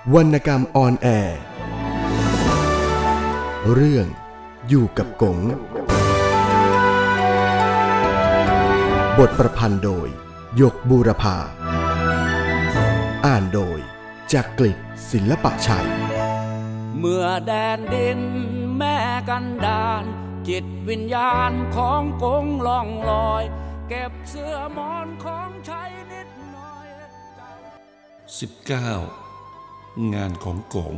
วรรณกรรมออนแอร์เรื่องอยู่กับกงบทประพันธ์โดยหยกบูรพาอ่านโดยจักริดศิลปะชัยเมื่อแดนดินแม่กันดานจิตวิญญาณของกงล่องลอยเก็บเสื้อมอนของใช้นิดหน่อย 19งานของกง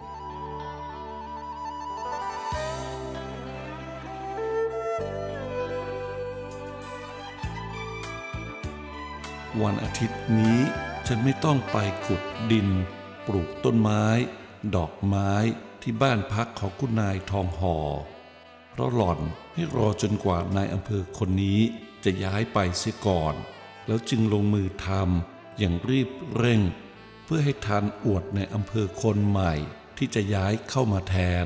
วันอาทิตย์นี้ฉันไม่ต้องไปขุดดินปลูกต้นไม้ดอกไม้ที่บ้านพักของคุณนายทองห่อเพราะหล่อนให้รอจนกว่านายอำเภอคนนี้จะย้ายไปเสียก่อนแล้วจึงลงมือทำอย่างรีบเร่งเพื่อให้ทันอวดในอำเภอคนใหม่ที่จะย้ายเข้ามาแทน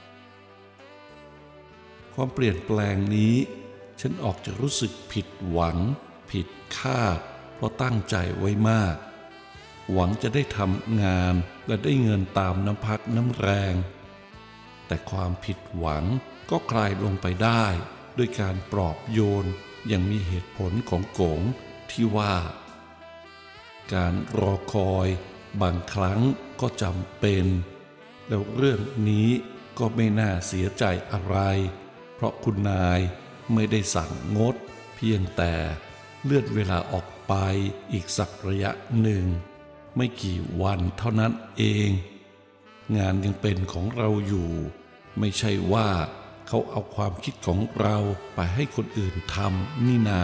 ความเปลี่ยนแปลงนี้ฉันออกจะรู้สึกผิดหวังผิดคาดเพราะตั้งใจไว้มากหวังจะได้ทำงานและได้เงินตามน้ำพักน้ำแรงแต่ความผิดหวังก็คลายลงไปได้ด้วยการปลอบโยนอย่างมีเหตุผลของกงที่ว่าการรอคอยบางครั้งก็จำเป็นแล้วเรื่องนี้ก็ไม่น่าเสียใจอะไรเพราะคุณนายไม่ได้สั่งงดเพียงแต่เลื่อนเวลาออกไปอีกสักระยะหนึ่งไม่กี่วันเท่านั้นเองงานยังเป็นของเราอยู่ไม่ใช่ว่าเขาเอาความคิดของเราไปให้คนอื่นทำนี่นา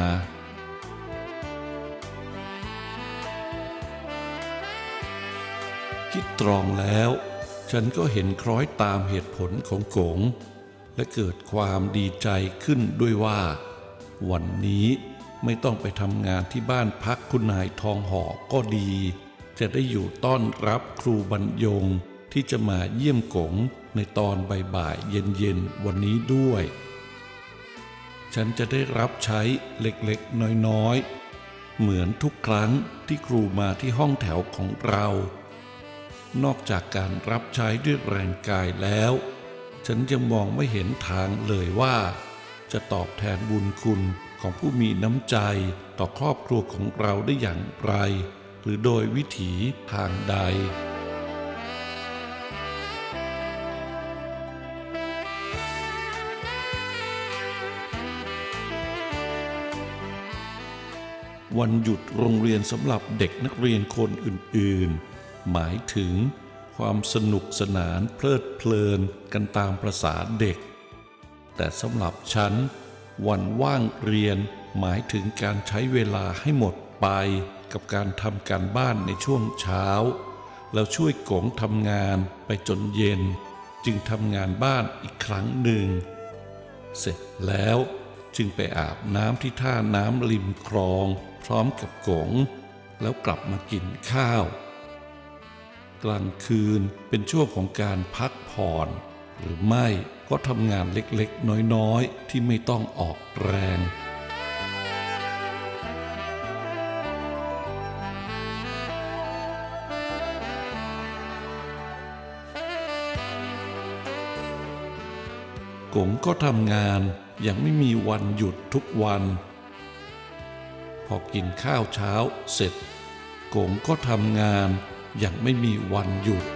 คิดตรองแล้วฉันก็เห็นคล้อยตามเหตุผลของกงและเกิดความดีใจขึ้นด้วยว่าวันนี้ไม่ต้องไปทำงานที่บ้านพักคุณนายทองห่อก็ดีจะได้อยู่ต้อนรับครูบรรยงที่จะมาเยี่ยมกงในตอนบ่ายๆเย็นๆวันนี้ด้วยฉันจะได้รับใช้เล็กๆน้อยๆเหมือนทุกครั้งที่ครูมาที่ห้องแถวของเรานอกจากการรับใช้ด้วยแรงกายแล้วฉันยังมองไม่เห็นทางเลยว่าจะตอบแทนบุญคุณของผู้มีน้ำใจต่อครอบครัวของเราได้อย่างไรหรือโดยวิถีทางใดวันหยุดโรงเรียนสำหรับเด็กนักเรียนคนอื่นๆหมายถึงความสนุกสนานเพลิดเพลินกันตามประสาเด็กแต่สำหรับฉันวันว่างเรียนหมายถึงการใช้เวลาให้หมดไปกับการทำการบ้านในช่วงเช้าแล้วช่วยกงทำงานไปจนเย็นจึงทำงานบ้านอีกครั้งหนึ่งเสร็จแล้วจึงไปอาบน้ำที่ท่าน้ำริมคลองพร้อมกับกงแล้วกลับมากินข้าวกลางคืนเป็นช่วงของการพักผ่อนหรือไม่ก็ทำงานเล็กๆน้อยๆที่ไม่ต้องออกแรงกงก็ทำงานอย่างไม่มีวันหยุดทุกวันพอกินข้าวเช้าเสร็จกงก็ทำงานอย่างไม่มีวันหยุด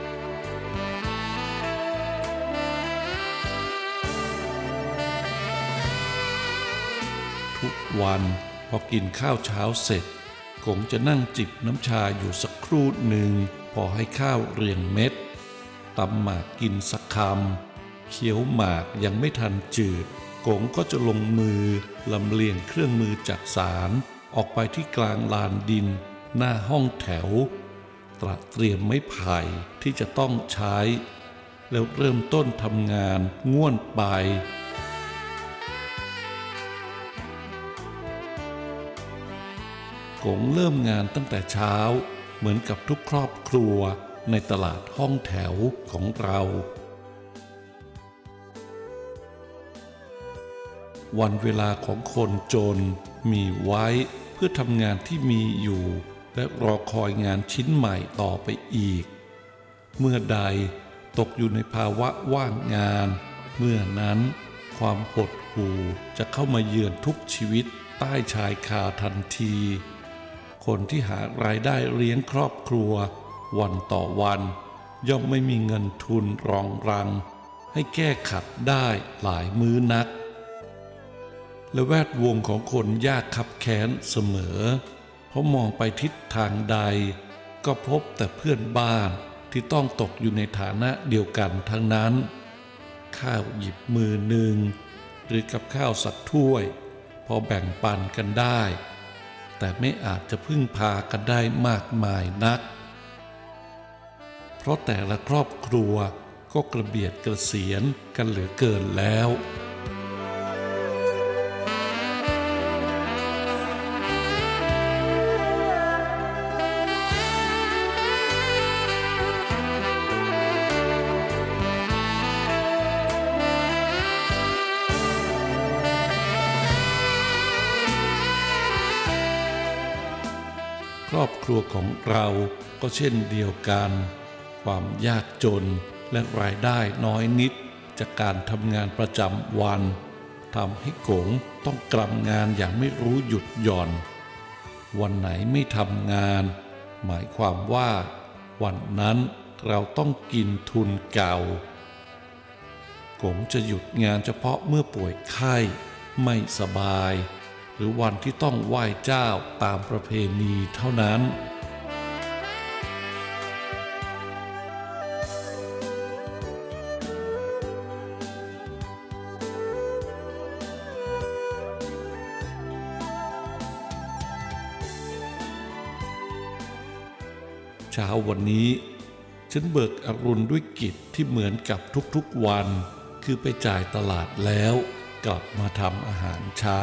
ทุกวันพอกินข้าวเช้าเสร็จกงจะนั่งจิบน้ำชาอยู่สักครู่หนึ่งพอให้ข้าวเรียงเม็ดตำหมากกินสักคำเคี้ยวหมากยังไม่ทันจืดกงก็จะลงมือลำเลียงเครื่องมือจักสานออกไปที่กลางลานดินหน้าห้องแถวตระเตรียมไม้ไผ่ที่จะต้องใช้แล้วเริ่มต้นทำงานง่วนไปกงเริ่มงานตั้งแต่เช้าเหมือนกับทุกครอบครัวในตลาดห้องแถวของเราวันเวลาของคนจนมีไว้เพื่อทำงานที่มีอยู่และรอคอยงานชิ้นใหม่ต่อไปอีกเมื่อใดตกอยู่ในภาวะว่างงานเมื่อนั้นความหดหู่จะเข้ามาเยือนทุกชีวิตใต้ชายคาทันทีคนที่หารายได้เลี้ยงครอบครัววันต่อวันย่อมไม่มีเงินทุนรองรังให้แก้ขัดได้หลายมื้อนักและแวดวงของคนยากคับแค้นเสมอเพราะมองไปทิศทางใดก็พบแต่เพื่อนบ้านที่ต้องตกอยู่ในฐานะเดียวกันทั้งนั้นข้าวหยิบมือหนึ่งหรือกับข้าวสักถ้วยพอแบ่งปันกันได้แต่ไม่อาจจะพึ่งพากันได้มากมายนักเพราะแต่ละครอบครัวก็กระเบียดกระเสียนกันเหลือเกินแล้วครอบครัวของเราก็เช่นเดียวกันความยากจนและรายได้น้อยนิดจากการทำงานประจำวันทำให้กงต้องกลับงานอย่างไม่รู้หยุดหย่อนวันไหนไม่ทำงานหมายความว่าวันนั้นเราต้องกินทุนเก่ากงจะหยุดงานเฉพาะเมื่อป่วยไข้ไม่สบายหรือวันที่ต้องไหว้เจ้าตามประเพณีเท่านั้นเช้าวันนี้ฉันเบิกอรุณด้วยกิจที่เหมือนกับทุกๆวันคือไปจ่ายตลาดแล้วกลับมาทำอาหารเช้า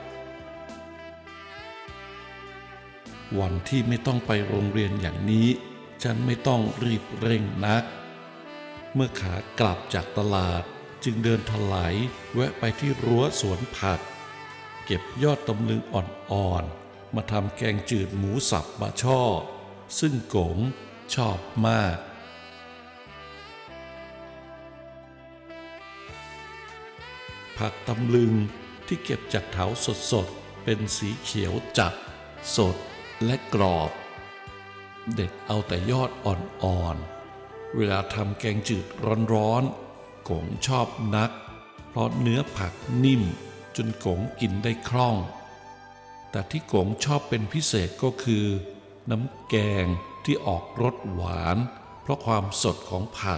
วันที่ไม่ต้องไปโรงเรียนอย่างนี้ฉันไม่ต้องรีบเร่งนักเมื่อขากลับจากตลาดจึงเดินถลายแวะไปที่รั้วสวนผักเก็บยอดตำลึงอ่อนๆมาทำแกงจืดหมูสับบะช่อซึ่งกงชอบมากผักตำลึงที่เก็บจากเถาสดๆเป็นสีเขียวจัดสดและกรอบเด็ดเอาแต่ยอดอ่อนๆเวลาทำแกงจืดร้อนๆกงชอบนักเพราะเนื้อผักนิ่มจนกงกินได้คล่องแต่ที่กงชอบเป็นพิเศษก็คือน้ำแกงที่ออกรสหวานเพราะความสดของผัก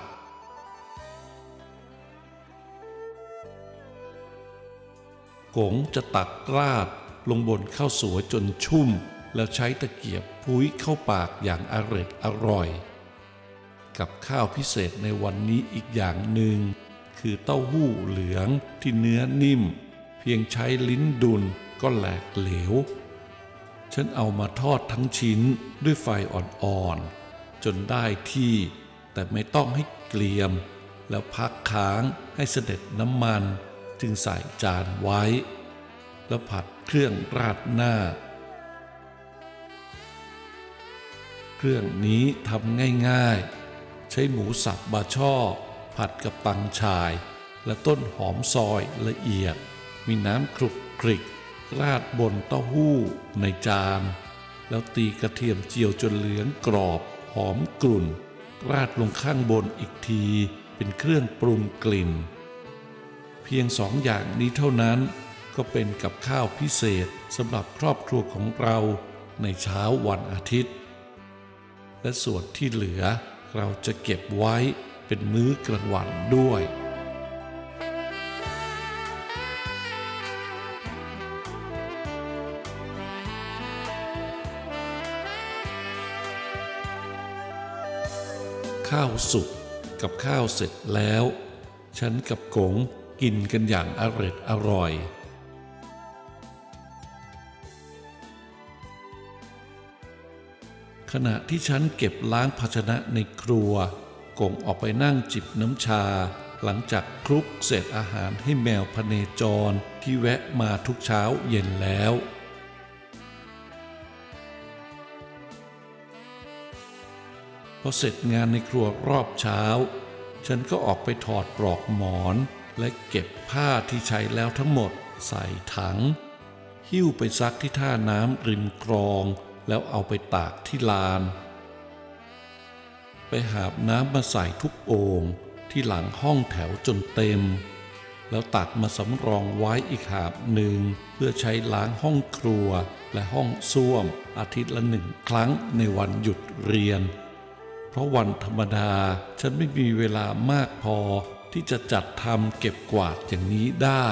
กงจะตักราดลงบนข้าวสวยจนชุ่มแล้วใช้ตะเกียบพุ้ยเข้าปากอย่างอร่อยกับข้าวพิเศษในวันนี้อีกอย่างหนึ่งคือเต้าหู้เหลืองที่เนื้อนิ่มเพียงใช้ลิ้นดุลก็แหลกเหลวฉันเอามาทอดทั้งชิ้นด้วยไฟอ่อนๆจนได้ที่แต่ไม่ต้องให้เกรียมแล้วพักค้างให้เสด็จน้ำมันจึงใส่จานไว้แล้วผัดเครื่องราดหน้าเครื่องนี้ทำง่ายๆใช้หมูสับบะช่อผัดกับตังฉ่ายและต้นหอมซอยละเอียดมีน้ำคลุกคลิกราดบนเต้าหู้ในจานแล้วตีกระเทียมเจียวจนเหลืองกรอบหอมกรุ่นราดลงข้างบนอีกทีเป็นเครื่องปรุงกลิ่นเพียงสองอย่างนี้เท่านั้นก็เป็นกับข้าวพิเศษสำหรับครอบครัวของเราในเช้าวันอาทิตย์และส่วนที่เหลือเราจะเก็บไว้เป็นมื้อกลางวันด้วยข้าวสุกกับข้าวเสร็จแล้วฉันกับกงกินกันอย่างอร่อยขณะที่ฉันเก็บล้างภาชนะในครัวกงออกไปนั่งจิบน้ำชาหลังจากคลุกเศษอาหารให้แมวพเนจรที่แวะมาทุกเช้าเย็นแล้วพพอเสร็จงานในครัวรอบเช้าฉันก็ออกไปถอดปลอกหมอนและเก็บผ้าที่ใช้แล้วทั้งหมดใส่ถังหิ้วไปซักที่ท่าน้ำริมคลองแล้วเอาไปตากที่ลานไปหาบน้ำมาใส่ทุกโอ่งที่หลังห้องแถวจนเต็มแล้วตักมาสำรองไว้อีกหาบหนึ่งเพื่อใช้ล้างห้องครัวและห้องส้วมอาทิตย์ละ1 ครั้งในวันหยุดเรียนเพราะวันธรรมดาฉันไม่มีเวลามากพอที่จะจัดทำเก็บกวาดอย่างนี้ได้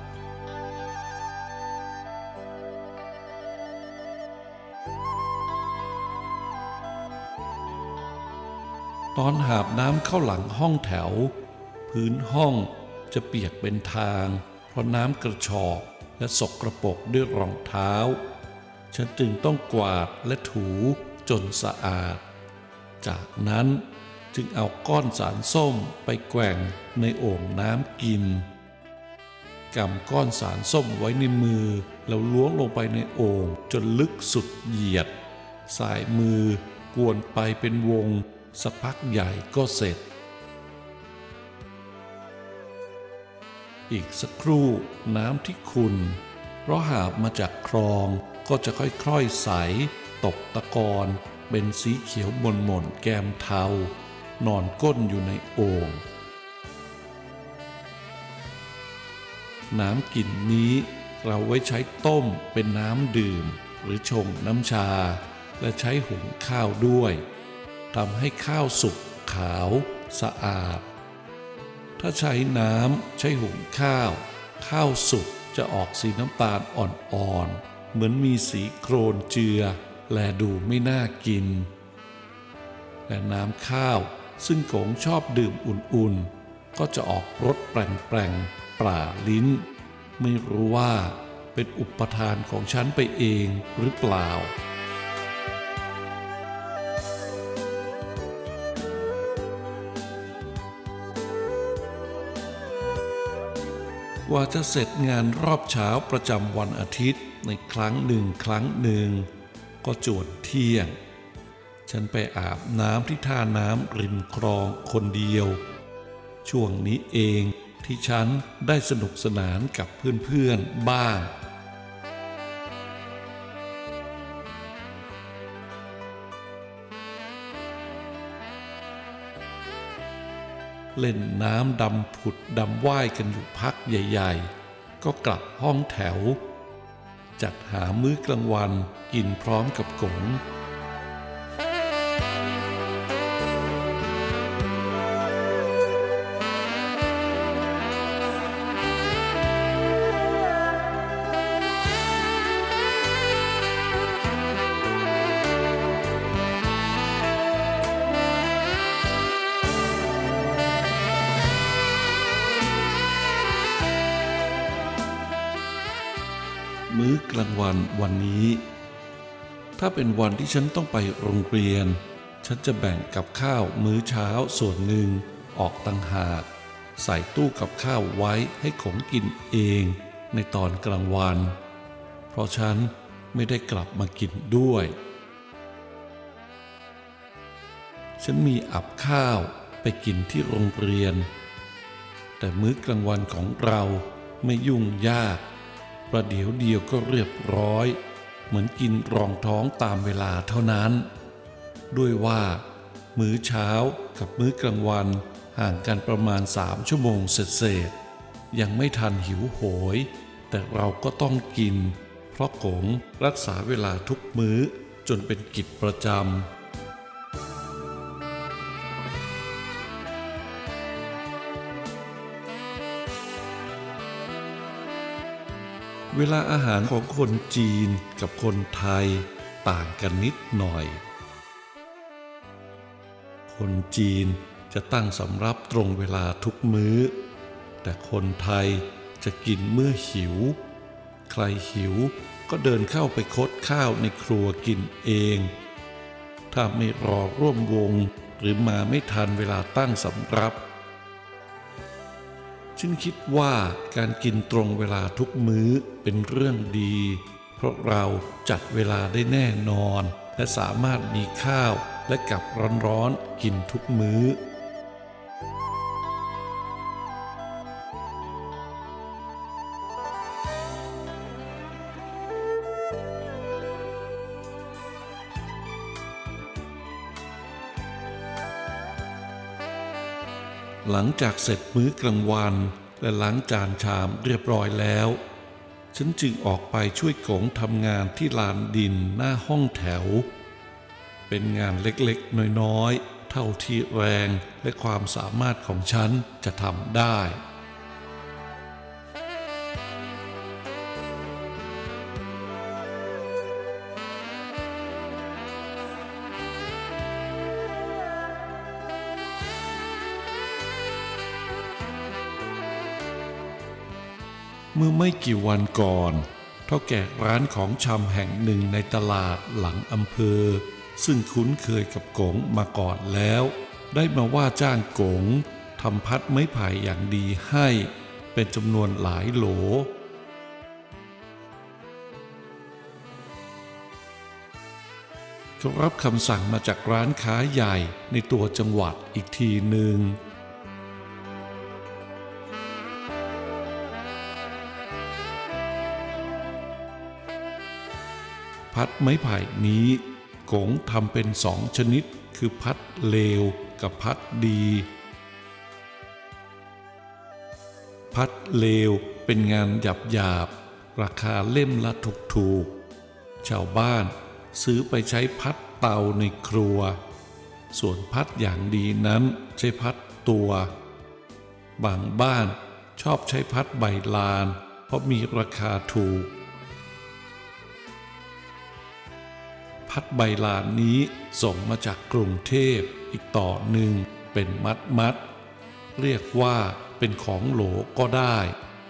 ตอนหาบน้ำเข้าหลังห้องแถวพื้นห้องจะเปียกเป็นทางเพราะน้ำกระชอกและสกปรกด้วยรองเท้าฉันจึงต้องกวาดและถูจนสะอาดจากนั้นจึงเอาก้อนสารส้มไปแกว่งในโอ่งน้ำกินกำก้อนสารส้มไว้ในมือแล้วล้วงลงไปในโอ่งจนลึกสุดเหยียดสายมือกวนไปเป็นวงสักพักใหญ่ก็เสร็จอีกสักครู่น้ำที่ขุ่นเพราะหาบมาจากคลองก็จะค่อยๆใสตกตะกอนเป็นสีเขียวหม่นๆแก้มเทานอนก้นอยู่ในโอ่งน้ำกลิ่นนี้เราไว้ใช้ต้มเป็นน้ำดื่มหรือชงน้ำชาและใช้หุงข้าวด้วยทำให้ข้าวสุกขาวสะอาดถ้าใช้น้ำใช้หุงข้าวสุกจะออกสีน้ำตาลอ่อนๆเหมือนมีสีโครนเจือแลดูไม่น่ากินและน้ำข้าวซึ่งกงชอบดื่มอุ่นๆก็จะออกรสแปลงๆปร่าลิ้นไม่รู้ว่าเป็นอุปทานของฉันไปเองหรือเปล่ากว่าจะเสร็จงานรอบเช้าประจำวันอาทิตย์ในครั้งหนึ่งก็จวนเที่ยงฉันไปอาบน้ำที่ท่าน้ำริมคลองคนเดียวช่วงนี้เองที่ฉันได้สนุกสนานกับเพื่อนๆบ้างเล่นน้ำดำผุดดำว่ายกันอยู่พักใหญ่ๆก็กลับห้องแถวจัดหามื้อกลางวันกินพร้อมกับกงมื้อกลางวันวันนี้ถ้าเป็นวันที่ฉันต้องไปโรงเรียนฉันจะแบ่งกับข้าวมื้อเช้าส่วนหนึ่งออกต่างหากใส่ตู้กับข้าวไว้ให้ขงกินเองในตอนกลางวันเพราะฉันไม่ได้กลับมากินด้วยฉันมีอับข้าวไปกินที่โรงเรียนแต่มื้อกลางวันของเราไม่ยุ่งยากประเดี๋ยวเดียวก็เรียบร้อยเหมือนกินรองท้องตามเวลาเท่านั้นด้วยว่ามื้อเช้ากับมื้อกลางวันห่างกันประมาณ3 ชั่วโมงเศษยังไม่ทันหิวโหยแต่เราก็ต้องกินเพราะกงรักษาเวลาทุกมื้อจนเป็นกิจประจำเวลาอาหารของคนจีนกับคนไทยต่างกันนิดหน่อยคนจีนจะตั้งสำรับตรงเวลาทุกมื้อแต่คนไทยจะกินเมื่อหิวใครหิวก็เดินเข้าไปคดข้าวในครัวกินเองถ้าไม่รอร่วมวงหรือมาไม่ทันเวลาตั้งสำรับฉันคิดว่าการกินตรงเวลาทุกมื้อเป็นเรื่องดีเพราะเราจัดเวลาได้แน่นอนและสามารถมีข้าวและกับร้อนๆกินทุกมื้อหลังจากเสร็จมื้อกลางวันและล้างจานชามเรียบร้อยแล้วฉันจึงออกไปช่วยกงทำงานที่ลานดินหน้าห้องแถวเป็นงานเล็กๆน้อยๆเท่าที่แรงและความสามารถของฉันจะทำได้เมื่อไม่กี่วันก่อนเท่าแก่ร้านของชำแห่งหนึ่งในตลาดหลังอำเภอซึ่งคุ้นเคยกับกงมาก่อนแล้วได้มาว่าจ้างกงทำพัดไม้ไผ่อย่างดีให้เป็นจำนวนหลายโหลเขารับคำสั่งมาจากร้านค้าใหญ่ในตัวจังหวัดอีกทีหนึ่งพัดไม้ไผ่นี้กงทำเป็น2ชนิดคือพัดเลวกับพัดดีพัดเลวเป็นงานหยาบๆราคาเล่มละถูกๆชาวบ้านซื้อไปใช้พัดเตาในครัวส่วนพัดอย่างดีนั้นใช้พัดตัวบางบ้านชอบใช้พัดใบลานเพราะมีราคาถูกพัดใบลานนี้ส่งมาจากกรุงเทพอีกต่อหนึ่งเป็นมัดเรียกว่าเป็นของโหลก็ได้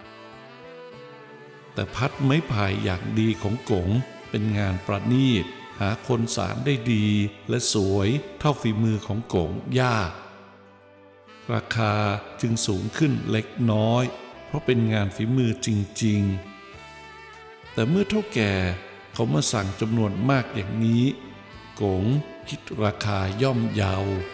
แต่พัดไม้ไผ่อย่างดีของกงเป็นงานประณีตหาคนสานได้ดีและสวยเท่าฝีมือของกงยากราคาจึงสูงขึ้นเล็กน้อยเพราะเป็นงานฝีมือจริงๆแต่เมื่อเท่าแก่เขามาสั่งจำนวนมากอย่างนี้กงคิดราคาย่อมเยา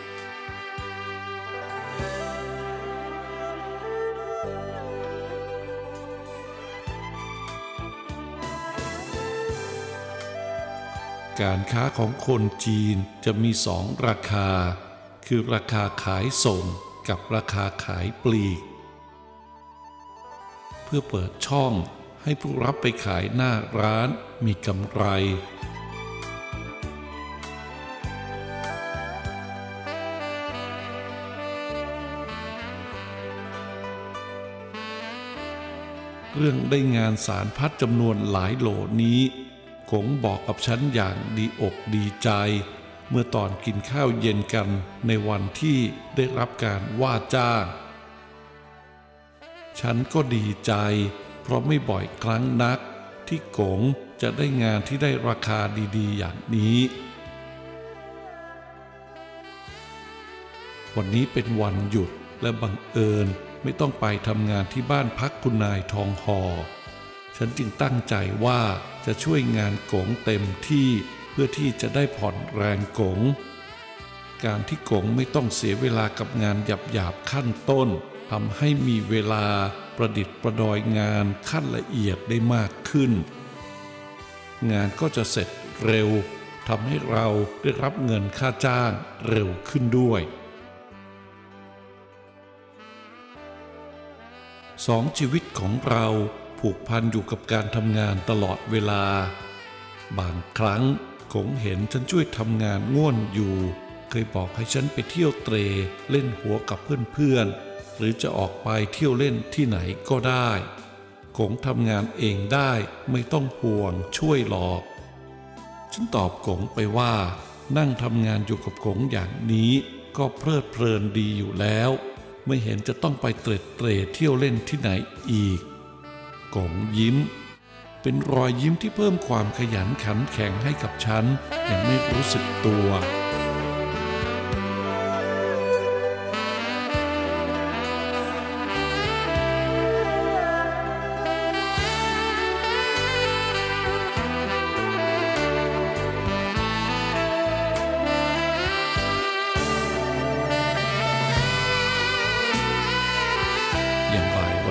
การค้าของคนจีนจะมี2ราคาคือราคาขายส่งกับราคาขายปลีกเพื่อเปิดช่องให้ผู้รับไปขายหน้าร้านมีกำไรเรื่องได้งานสารพัดจำนวนหลายโหลนี้กงบอกกับฉันอย่างดีอกดีใจเมื่อตอนกินข้าวเย็นกันในวันที่ได้รับการว่าจ้างฉันก็ดีใจเพราะไม่บ่อยครั้งนักที่กงจะได้งานที่ได้ราคาดีๆอย่างนี้วันนี้เป็นวันหยุดและบังเอิญไม่ต้องไปทำงานที่บ้านพักคุณนายทองหอฉันจึงตั้งใจว่าจะช่วยงานกงเต็มที่เพื่อที่จะได้ผ่อนแรงกงการที่กงไม่ต้องเสียเวลากับงานหยาบๆขั้นต้นทำให้มีเวลาประดิษฐ์ประดอยงานขั้นละเอียดได้มากขึ้นงานก็จะเสร็จเร็วทำให้เราได้รับเงินค่าจ้างเร็วขึ้นด้วย2ชีวิตของเราผูกพันอยู่กับการทำงานตลอดเวลาบางครั้งกงเห็นฉันช่วยทำงานง่วนอยู่เคยบอกให้ฉันไปเที่ยวเตร่เล่นหัวกับเพื่อนๆหรือจะออกไปเที่ยวเล่นที่ไหนก็ได้กงทำงานเองได้ไม่ต้องห่วงช่วยหรอกฉันตอบกงไปว่านั่งทำงานอยู่กับกงอย่างนี้ก็เพลิดเพลินดีอยู่แล้วไม่เห็นจะต้องไปเตร่เที่ยวเล่นที่ไหนอีกกงยิ้มเป็นรอยยิ้มที่เพิ่มความขยันขันแข็งให้กับฉันอย่างไม่รู้สึกตัว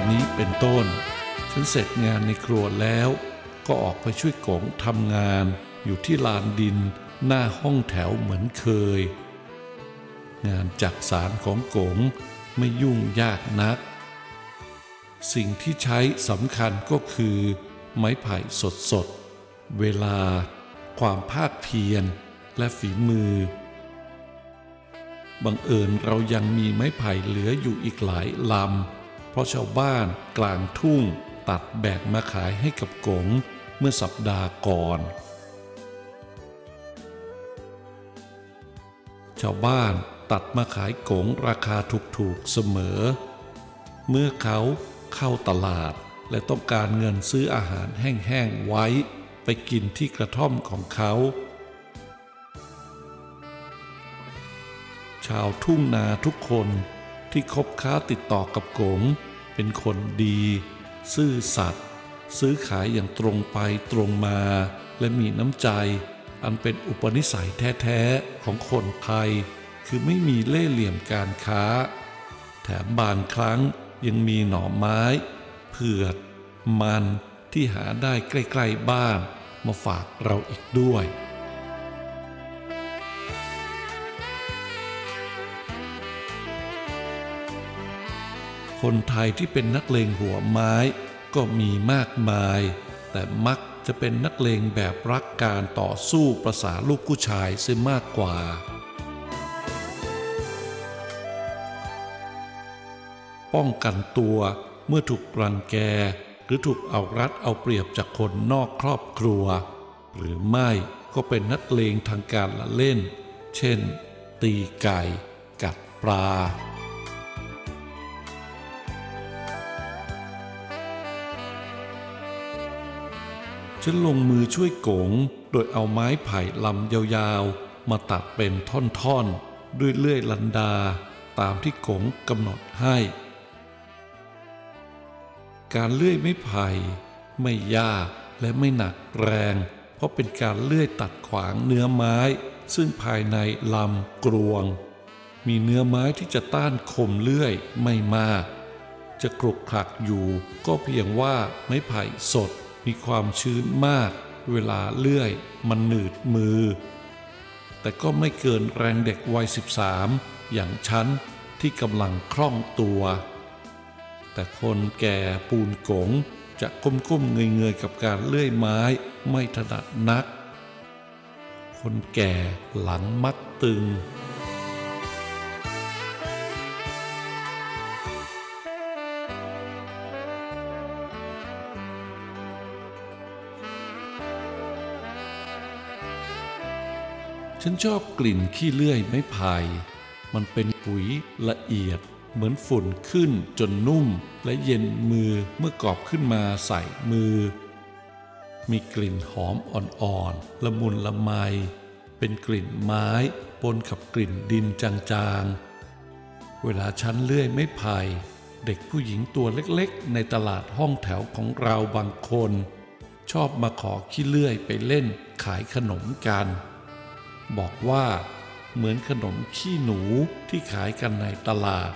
นี้เป็นต้นฉันเสร็จงานในครัวแล้วก็ออกไปช่วยกงทำงานอยู่ที่ลานดินหน้าห้องแถวเหมือนเคยงานจักสานของกงไม่ยุ่งยากนักสิ่งที่ใช้สำคัญก็คือไม้ไผ่สดๆเวลาความภาคเพียรและฝีมือบังเอิญเรายังมีไม้ไผ่เหลืออยู่อีกหลายลำเพราะชาวบ้านกลางทุ่งตัดแบกมาขายให้กับกงเมื่อสัปดาห์ก่อนชาวบ้านตัดมาขายกงราคาถูกๆเสมอเมื่อเขาเข้าตลาดและต้องการเงินซื้ออาหารแห้งๆไว้ไปกินที่กระท่อมของเขาชาวทุ่งนาทุกคนที่คบค้าติดต่อกับกงเป็นคนดีซื่อสัตย์ซื้อขายอย่างตรงไปตรงมาและมีน้ำใจอันเป็นอุปนิสัยแท้ๆของคนไทยคือไม่มีเล่ห์เหลี่ยมการค้าแถมบางครั้งยังมีหน่อไม้เผือกมันที่หาได้ใกล้ๆบ้านมาฝากเราอีกด้วยคนไทยที่เป็นนักเลงหัวไม้ก็มีมากมายแต่มักจะเป็นนักเลงแบบรักการต่อสู้ประสาลูกผู้ชายเสียมากกว่าป้องกันตัวเมื่อถูกรังแกหรือถูกเอารัดเอาเปรียบจากคนนอกครอบครัวหรือไม่ก็เป็นนักเลงทางการละเล่นเช่นตีไก่กัดปลาฉันลงมือช่วยกงโดยเอาไม้ไผ่ลำยาวๆมาตัดเป็นท่อนๆด้วยเลื่อยลันดาตามที่กงกำหนดให้การเลื่อยไม้ไผ่ไม่ยากและไม่หนักแรงเพราะเป็นการเลื่อยตัดขวางเนื้อไม้ซึ่งภายในลำกรวงมีเนื้อไม้ที่จะต้านคมเลื่อยไม่มากจะกรุกคลักอยู่ก็เพียงว่าไม้ไผ่สดมีความชื้นมากเวลาเลื่อยมันหนืดมือแต่ก็ไม่เกินแรงเด็กวัย13อย่างฉันที่กำลังคล่องตัวแต่คนแก่ปูนกงจะก้มๆเงยๆกับการเลื่อยไม้ไม่ถนัดนักคนแก่หลังมักตึงฉันชอบกลิ่นขี้เลื่อยไม้ไผ่มันเป็นปุ๋ยละเอียดเหมือนฝุ่นขึ้นจนนุ่มและเย็นมือเมื่อกอบขึ้นมาใส่มือมีกลิ่นหอมอ่อนๆละมุนละไมเป็นกลิ่นไม้ปนกับกลิ่นดินจางๆเวลาฉันเลื่อยไม้ไผ่เด็กผู้หญิงตัวเล็กๆในตลาดห้องแถวของเราบางคนชอบมาขอขี้เลื่อยไปเล่นขายขนมกันบอกว่าเหมือนขนมขี้หนูที่ขายกันในตลาด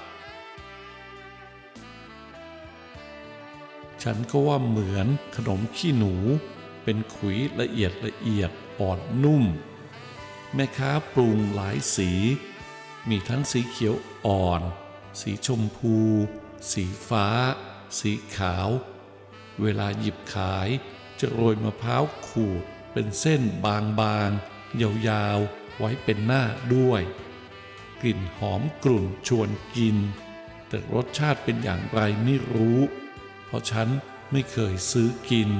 ฉันก็ว่าเหมือนขนมขี้หนูเป็นขุยละเอียดอ่อนนุ่มแม่ค้าปรุงหลายสีมีทั้งสีเขียวอ่อนสีชมพูสีฟ้าสีขาวเวลาหยิบขายจะโรยมะพร้าวขูดเป็นเส้นบางๆยาวๆไว้เป็นหน้าด้วยกลิ่นหอมกรุ่นชวนกินแต่รสชาติเป็นอย่างไรไม่รู้เพราะฉันไม่เคยซื้อกิน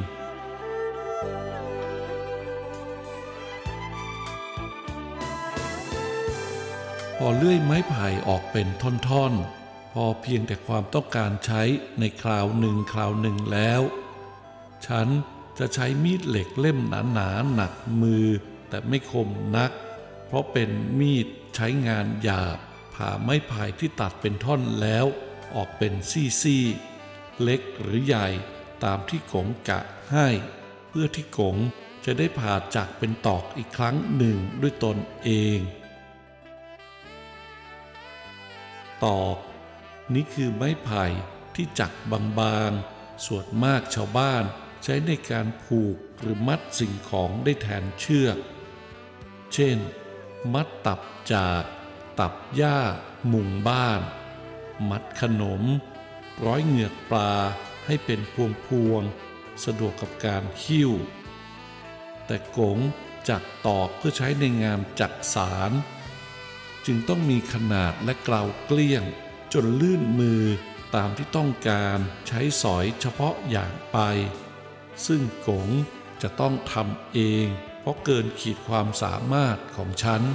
พอเลื่อยไม้ไผ่ออกเป็นท่อนๆพอเพียงแต่ความต้องการใช้ในคราวหนึ่งแล้วฉันจะใช้มีดเหล็กเล่มหนาหนักมือแต่ไม่คมนักเพราะเป็นมีดใช้งานหยาบผ่าไม้ไผ่ที่ตัดเป็นท่อนแล้วออกเป็นซี่ๆเล็กหรือใหญ่ตามที่กงกะให้เพื่อที่กงจะได้ผ่าจักเป็นตอกอีกครั้งหนึ่งด้วยตนเองตอกนี้คือไม้ไผ่ที่จักบางๆส่วนมากชาวบ้านใช้ในการผูกหรือมัดสิ่งของได้แทนเชือกเช่นมัดตับจากตับหญ้ามุงบ้านมัดขนมร้อยเหงือกปลาให้เป็นพวงๆสะดวกกับการหิ้วแต่กงจักตอกเพื่อใช้ในงานจักสารจึงต้องมีขนาดและเกลาเกลี้ยงจนลื่นมือตามที่ต้องการใช้สอยเฉพาะอย่างไปซึ่งกงจะต้องทำเองเพราะเกินขีดความสามารถของฉัน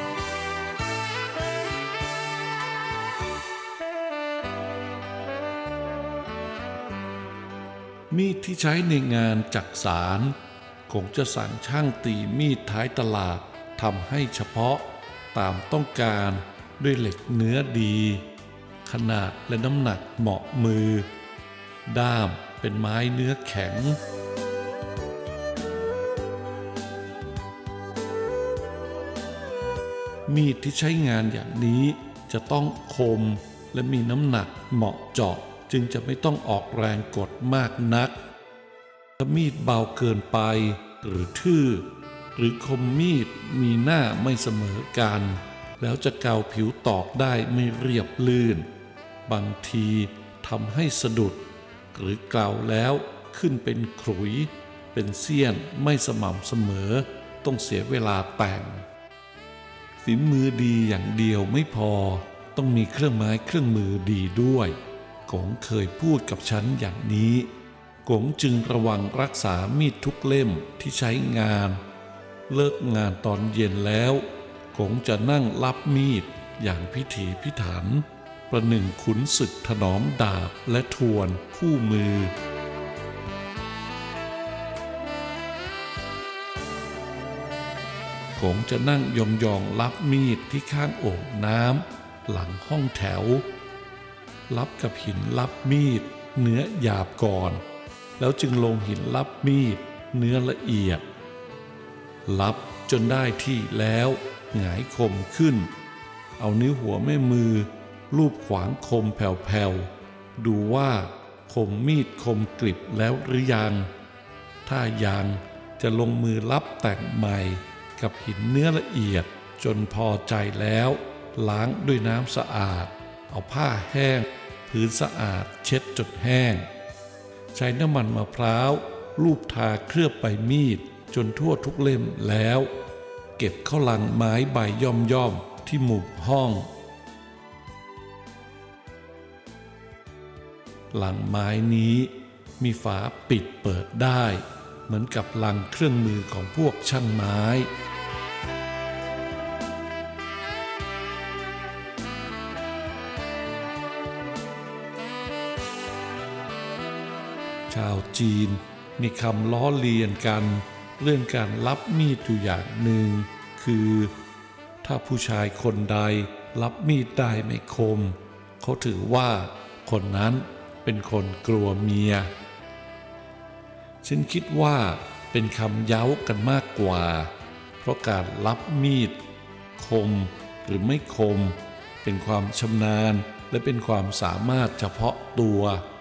มีดที่ใช้ในงานจักสารคงจะสั่งช่างตีมีดท้ายตลาดทำให้เฉพาะตามต้องการด้วยเหล็กเนื้อดีขนาดและน้ำหนักเหมาะมือด้ามเป็นไม้เนื้อแข็งมีดที่ใช้งานอย่างนี้จะต้องคมและมีน้ำหนักเหมาะเจาะจึงจะไม่ต้องออกแรงกดมากนักถ้ามีดเบาเกินไปหรือทื่อหรือคมมีดมีหน้าไม่เสมอกันแล้วจะเกาผิวตอกได้ไม่เรียบลื่นบางทีทำให้สะดุดหรือเกาแล้วขึ้นเป็นขรุยเป็นเสี้ยนไม่สม่ำเสมอต้องเสียเวลาแต่งฝีมือดีอย่างเดียวไม่พอต้องมีเครื่องไม้เครื่องมือดีด้วยกงเคยพูดกับฉันอย่างนี้กงจึงระวังรักษามีดทุกเล่มที่ใช้งานเลิกงานตอนเย็นแล้วกงจะนั่งรับมีดอย่างพิถีพิถันประหนึ่งขุนศึกถนอมดาบและทวนคู่มือกงจะนั่งยองๆรับมีดที่ข้างโอ่งน้ำหลังห้องแถวรับกับหินรับมีดเนื้อหยาบก่อนแล้วจึงลงหินรับมีดเนื้อละเอียดรับจนได้ที่แล้วหงายคมขึ้นเอานิ้วหัวแม่มือลูบขวางคมแผ่วๆดูว่าคมมีดคมกริบแล้วหรือยังถ้ายังจะลงมือรับแต่งใหม่กับหินเนื้อละเอียดจนพอใจแล้วล้างด้วยน้ำสะอาดเอาผ้าแห้งพื้นสะอาดเช็ดจนแห้งใช้น้ำมันมะพร้าวลูบทาเคลือบใบมีดจนทั่วทุกเล่มแล้วเก็บเข้าลังไม้ใบย่อมๆที่มุมห้องลังไม้นี้มีฝาปิดเปิดได้เหมือนกับลังเครื่องมือของพวกช่างไม้ชาวจีนมีคำล้อเลียนกันเรื่องการรับมีดอยู่อย่างหนึ่งคือถ้าผู้ชายคนใดรับมีดได้ไม่คมเขาถือว่าคนนั้นเป็นคนกลัวเมียฉันคิดว่าเป็นคำเย้ากันมากกว่าเพราะการรับมีดคมหรือไม่คมเป็นความชำนาญและเป็นความสามารถเฉพาะตัว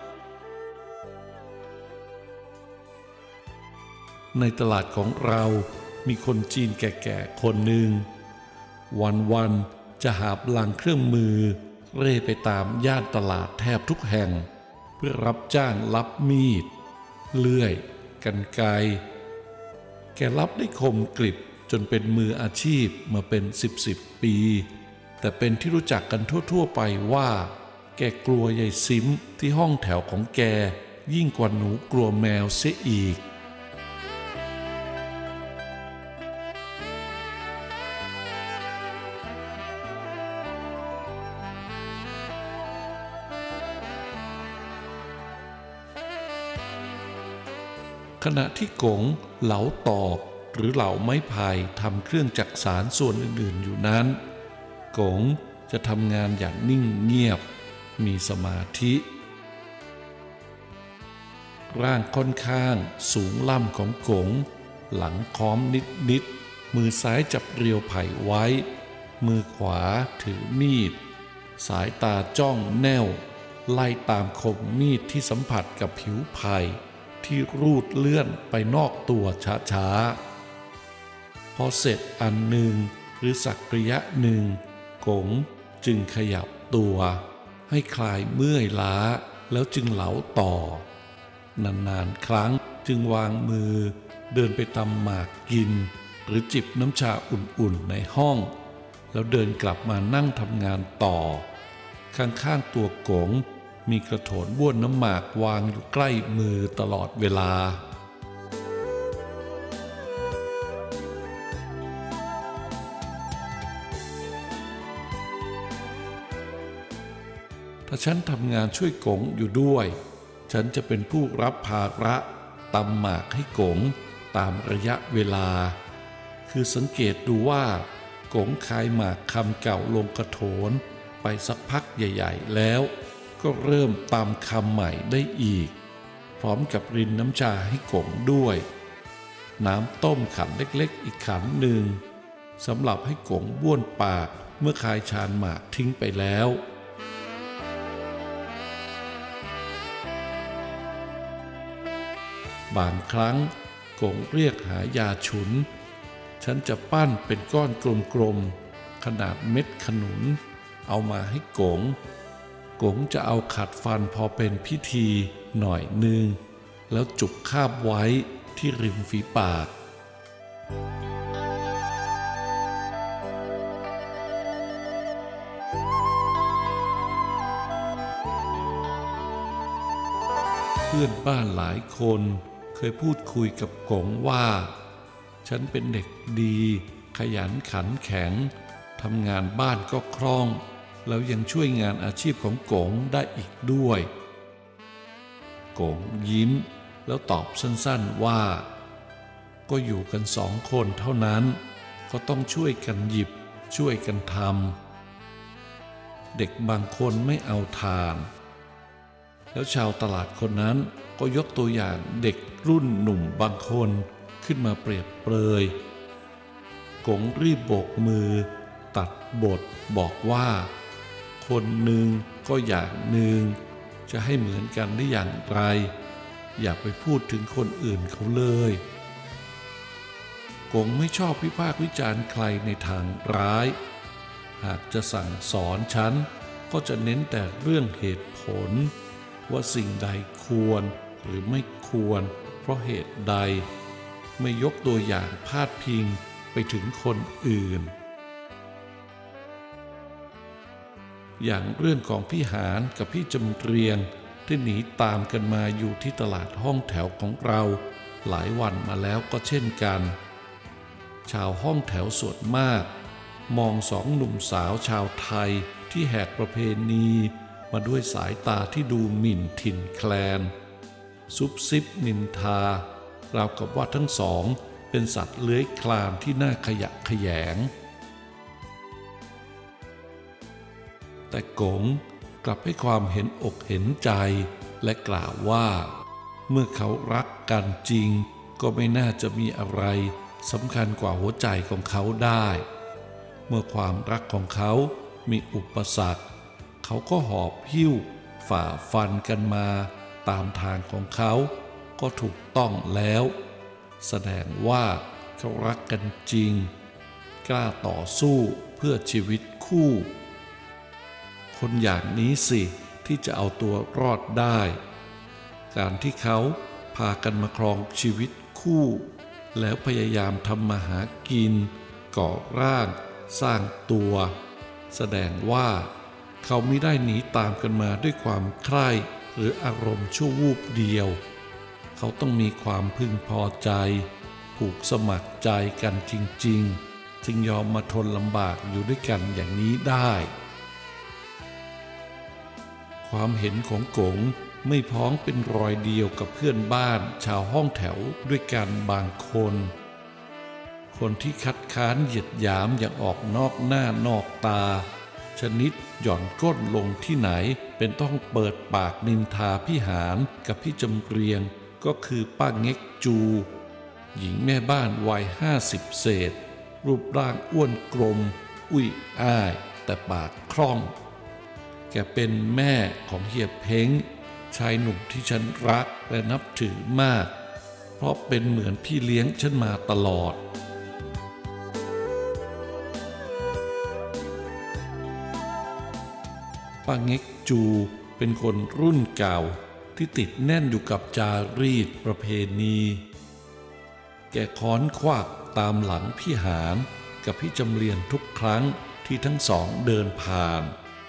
ในตลาดของเรามีคนจีนแก่ๆคนหนึ่งวันๆจะหาลังเครื่องมือเร่ไปตามย่านตลาดแทบทุกแห่งเพื่อรับจ้างรับมีดเลื่อยกรรไกรแกรับได้คมกริบจนเป็นมืออาชีพมาเป็น10 ปีแต่เป็นที่รู้จักกันทั่วๆไปว่าแกกลัวยายซิมที่ห้องแถวของแกยิ่งกว่าหนูกลัวแมวเสียอีกขณะที่กงเหลาตอกหรือเหลาไม้พายทำเครื่องจักสานส่วนอื่นๆอยู่นั้นกงจะทำงานอย่างนิ่งเงียบมีสมาธิร่างค่อนข้างสูงล่ำของกงหลังค้อมนิดมือซ้ายจับเรียวไผ่ไว้มือขวาถือมีดสายตาจ้องแน่วไล่ตามคมมีดที่สัมผัสกับผิวไผ่ที่รูดเลื่อนไปนอกตัวช้าๆพอเสร็จอันหนึ่งหรือสักระยะหนึ่งกงจึงขยับตัวให้คลายเมื่อยล้าแล้วจึงเหลาต่อนานๆครั้งจึงวางมือเดินไปตำหมากกินหรือจิบน้ำชาอุ่นๆในห้องแล้วเดินกลับมานั่งทำงานต่อข้างๆตัวกงมีกระโถนบ้วนน้ำหมากวางอยู่ใกล้มือตลอดเวลาถ้าฉันทำงานช่วยกงอยู่ด้วยฉันจะเป็นผู้รับภาระตำหมากให้กงตามระยะเวลาคือสังเกตดูว่ากงคายหมากคำเก่าลงกระโถนไปสักพักใหญ่ๆแล้วก็เริ่มตามคำใหม่ได้อีกพร้อมกับรินน้ำชาให้กงด้วยน้ำต้มขันเล็กๆอีกขันหนึ่งสำหรับให้กงบ้วนปากเมื่อคายชานหมากทิ้งไปแล้วบางครั้งกงเรียกหายาฉุนฉันจะปั้นเป็นก้อนกลมๆขนาดเม็ดขนุนเอามาให้กงจะเอาขัดฟันพอเป็นพิธีหน่อยนึงแล้วจุกคาบไว้ที่ริมฝีปากเพื่อนบ้านหลายคนเคยพูดคุยกับกงว่าฉันเป็นเด็กดีขยันขันแข็งทำงานบ้านก็คล่องแล้วยังช่วยงานอาชีพของกงได้อีกด้วยกงยิ้มแล้วตอบสั้นๆว่าก็อยู่กัน2 คนเท่านั้นก็ต้องช่วยกันหยิบช่วยกันทำเด็กบางคนไม่เอาทานแล้วชาวตลาดคนนั้นก็ยกตัวอย่างเด็กรุ่นหนุ่มบางคนขึ้นมาเปรียบเปรยกงรีบโบกมือตัดบทบอกว่าคนหนึ่งก็อย่างหนึ่งจะให้เหมือนกันได้อย่างไรอย่าไปพูดถึงคนอื่นเขาเลยกงไม่ชอบวิพากษ์วิจารณ์ใครในทางร้ายหากจะสั่งสอนฉันก็จะเน้นแต่เรื่องเหตุผลว่าสิ่งใดควรหรือไม่ควรเพราะเหตุใดไม่ยกตัวอย่างพาดพิงไปถึงคนอื่นอย่างเรื่องของพี่หารกับพี่จำเรียงที่หนีตามกันมาอยู่ที่ตลาดห้องแถวของเราหลายวันมาแล้วก็เช่นกันชาวห้องแถวส่วนมากมอง2 หนุ่มสาวชาวไทยที่แหกประเพณีมาด้วยสายตาที่ดูหมิ่นถิ่นแคลนซุบซิบนินทาราวกับว่าทั้งสองเป็นสัตว์เลื้อยคลานที่น่าขยะแขยงแต่กงกลับให้ความเห็นอกเห็นใจและกล่าวว่าเมื่อเขารักกันจริงก็ไม่น่าจะมีอะไรสำคัญกว่าหัวใจของเขาได้เมื่อความรักของเขามีอุปสรรคเขาก็หอบหิ้วฝ่าฟันกันมาตามทางของเขาก็ถูกต้องแล้วแสดงว่าเขารักกันจริงกล้าต่อสู้เพื่อชีวิตคู่คนอย่างนี้สิที่จะเอาตัวรอดได้การที่เขาพากันมาครองชีวิตคู่แล้วพยายามทำมาหากินก่อร่างสร้างตัวแสดงว่าเขาไม่ได้หนีตามกันมาด้วยความใคร่หรืออารมณ์ชั่ววูบเดียวเขาต้องมีความพึงพอใจผูกสมัครใจกันจริงๆจึงยอมมาทนลำบากอยู่ด้วยกันอย่างนี้ได้ความเห็นของกงไม่พ้องเป็นรอยเดียวกับเพื่อนบ้านชาวห้องแถวด้วยกันบางคนที่คัดค้านเหยียดหยามอย่างออกนอกหน้านอกตาชนิดหย่อนก้นลงที่ไหนเป็นต้องเปิดปากนินทาพี่หารกับพี่จำเรียงก็คือป้าเง็กจูหญิงแม่บ้านวัย50 เศษรูปร่างอ้วนกลมอุ้ยอ้ายแต่ปากคล่องแกเป็นแม่ของเฮียเพ้งชายหนุ่มที่ฉันรักและนับถือมากเพราะเป็นเหมือนพี่เลี้ยงฉันมาตลอดป้าเง็กจูเป็นคนรุ่นเก่าที่ติดแน่นอยู่กับจารีตประเพณีแกค้อนควักตามหลังพี่หานกับพี่จำเรียนทุกครั้งที่ทั้งสองเดินผ่าน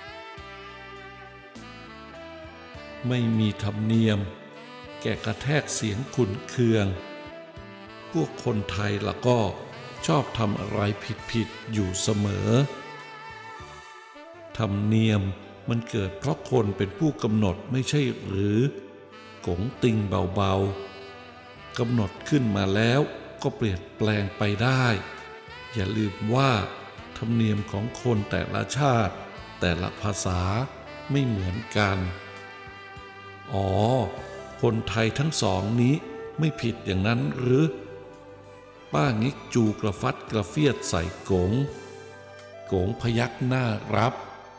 ไม่มีธรรมเนียมแกกระแทกเสียงขุ่นเคืองพวกคนไทยละก็ชอบทำอะไรผิดๆอยู่เสมอธรรมเนียมมันเกิดเพราะคนเป็นผู้กำหนดไม่ใช่หรือกงติงเบาๆกำหนดขึ้นมาแล้วก็เปลี่ยนแปลงไปได้อย่าลืมว่าธรรมเนียมของคนแต่ละชาติแต่ละภาษาไม่เหมือนกันอ๋อคนไทยทั้งสองนี้ไม่ผิดอย่างนั้นหรือป้างิกจูกระฟัดกระเฟียดใส่กงพยักหน้ารับ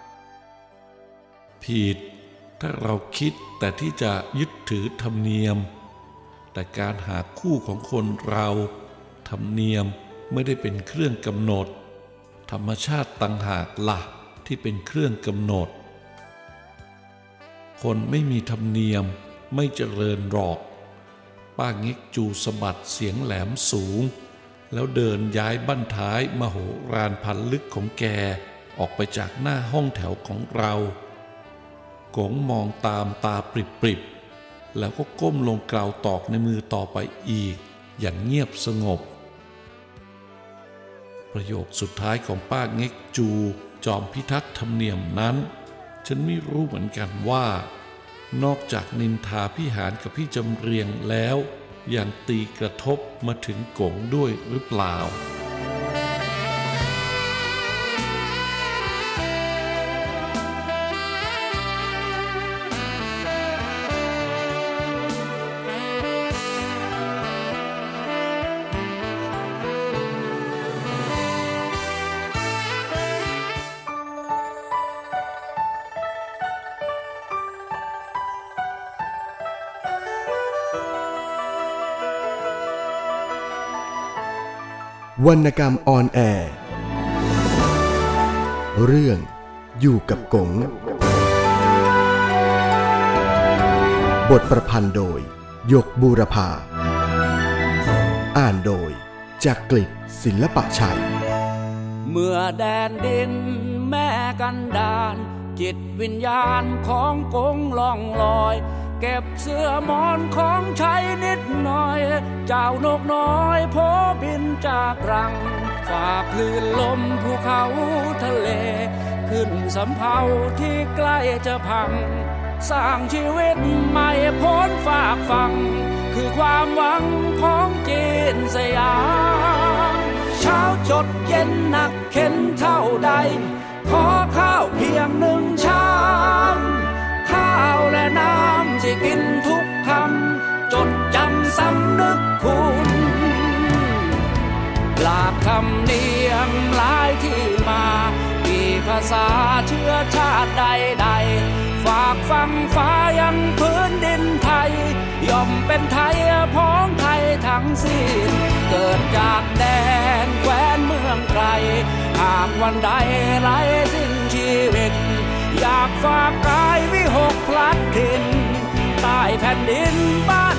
ผิดถ้าเราคิดแต่ที่จะยึดถือธรรมเนียมแต่การหาคู่ของคนเราธรรมเนียมไม่ได้เป็นเครื่องกำหนดธรรมชาติต่างหากล่ะที่เป็นเครื่องกำหนดคนไม่มีธรรมเนียมไม่เจริญหรอกป้าเง็กจูสะบัดเสียงแหลมสูงแล้วเดินย้ายบั้นท้ายมโหฬารพันลึกของแกออกไปจากหน้าห้องแถวของเรากงมองตามตาปริบๆแล้วก็ก้มลงกล่าวตอกในมือต่อไปอีกอย่างเงียบสงบประโยคสุดท้ายของป้าเง็กจูจอมพิทักษ์ธรรมเนียมนั้นฉันไม่รู้เหมือนกันว่านอกจากนินทาพี่หานกับพี่จำเรียงแล้วยังตีกระทบมาถึงกงด้วยหรือเปล่าวรรณกรรมออนแอร์เรื่องอยู่กับกงบทประพันธ์โดยหยกบูรพาอ่านโดยจักริดศิลปชัยเมื่อแดนดินแม่กันดานจิตวิญญาณของกงล่องลอยเก็บเสื้อหมอนของใช้นิดหน่อยเจ้านกน้อยโผบินจากรังฝากคลื่นลมภูเขาทะเลขึ้นสำเภาที่ใกล้จะพังสร้างชีวิตใหม่พ้นฝากฟังคือความหวังของจีนสยามเช้าจดเย็นหนักเข็นเท่าใดขอข้าวเพียง1 ชามข้าวและน้ำที่กินทุกคำจดจำสำนึกคุณหลากคำเนียมหลายที่มากี่ภาษาเชื้อชาติใดๆฝากฟังฟ้ายังพื้นดินไทยย่อมเป็นไทยพ้องไทยทั้งสิ้นเกิดจากแดนแคว้นเมืองไกลหากวันใดไร้สิ้นชีวิตอยากฝากกายวิหกพลัดถิ่นใต้แผ่นดินบ้าน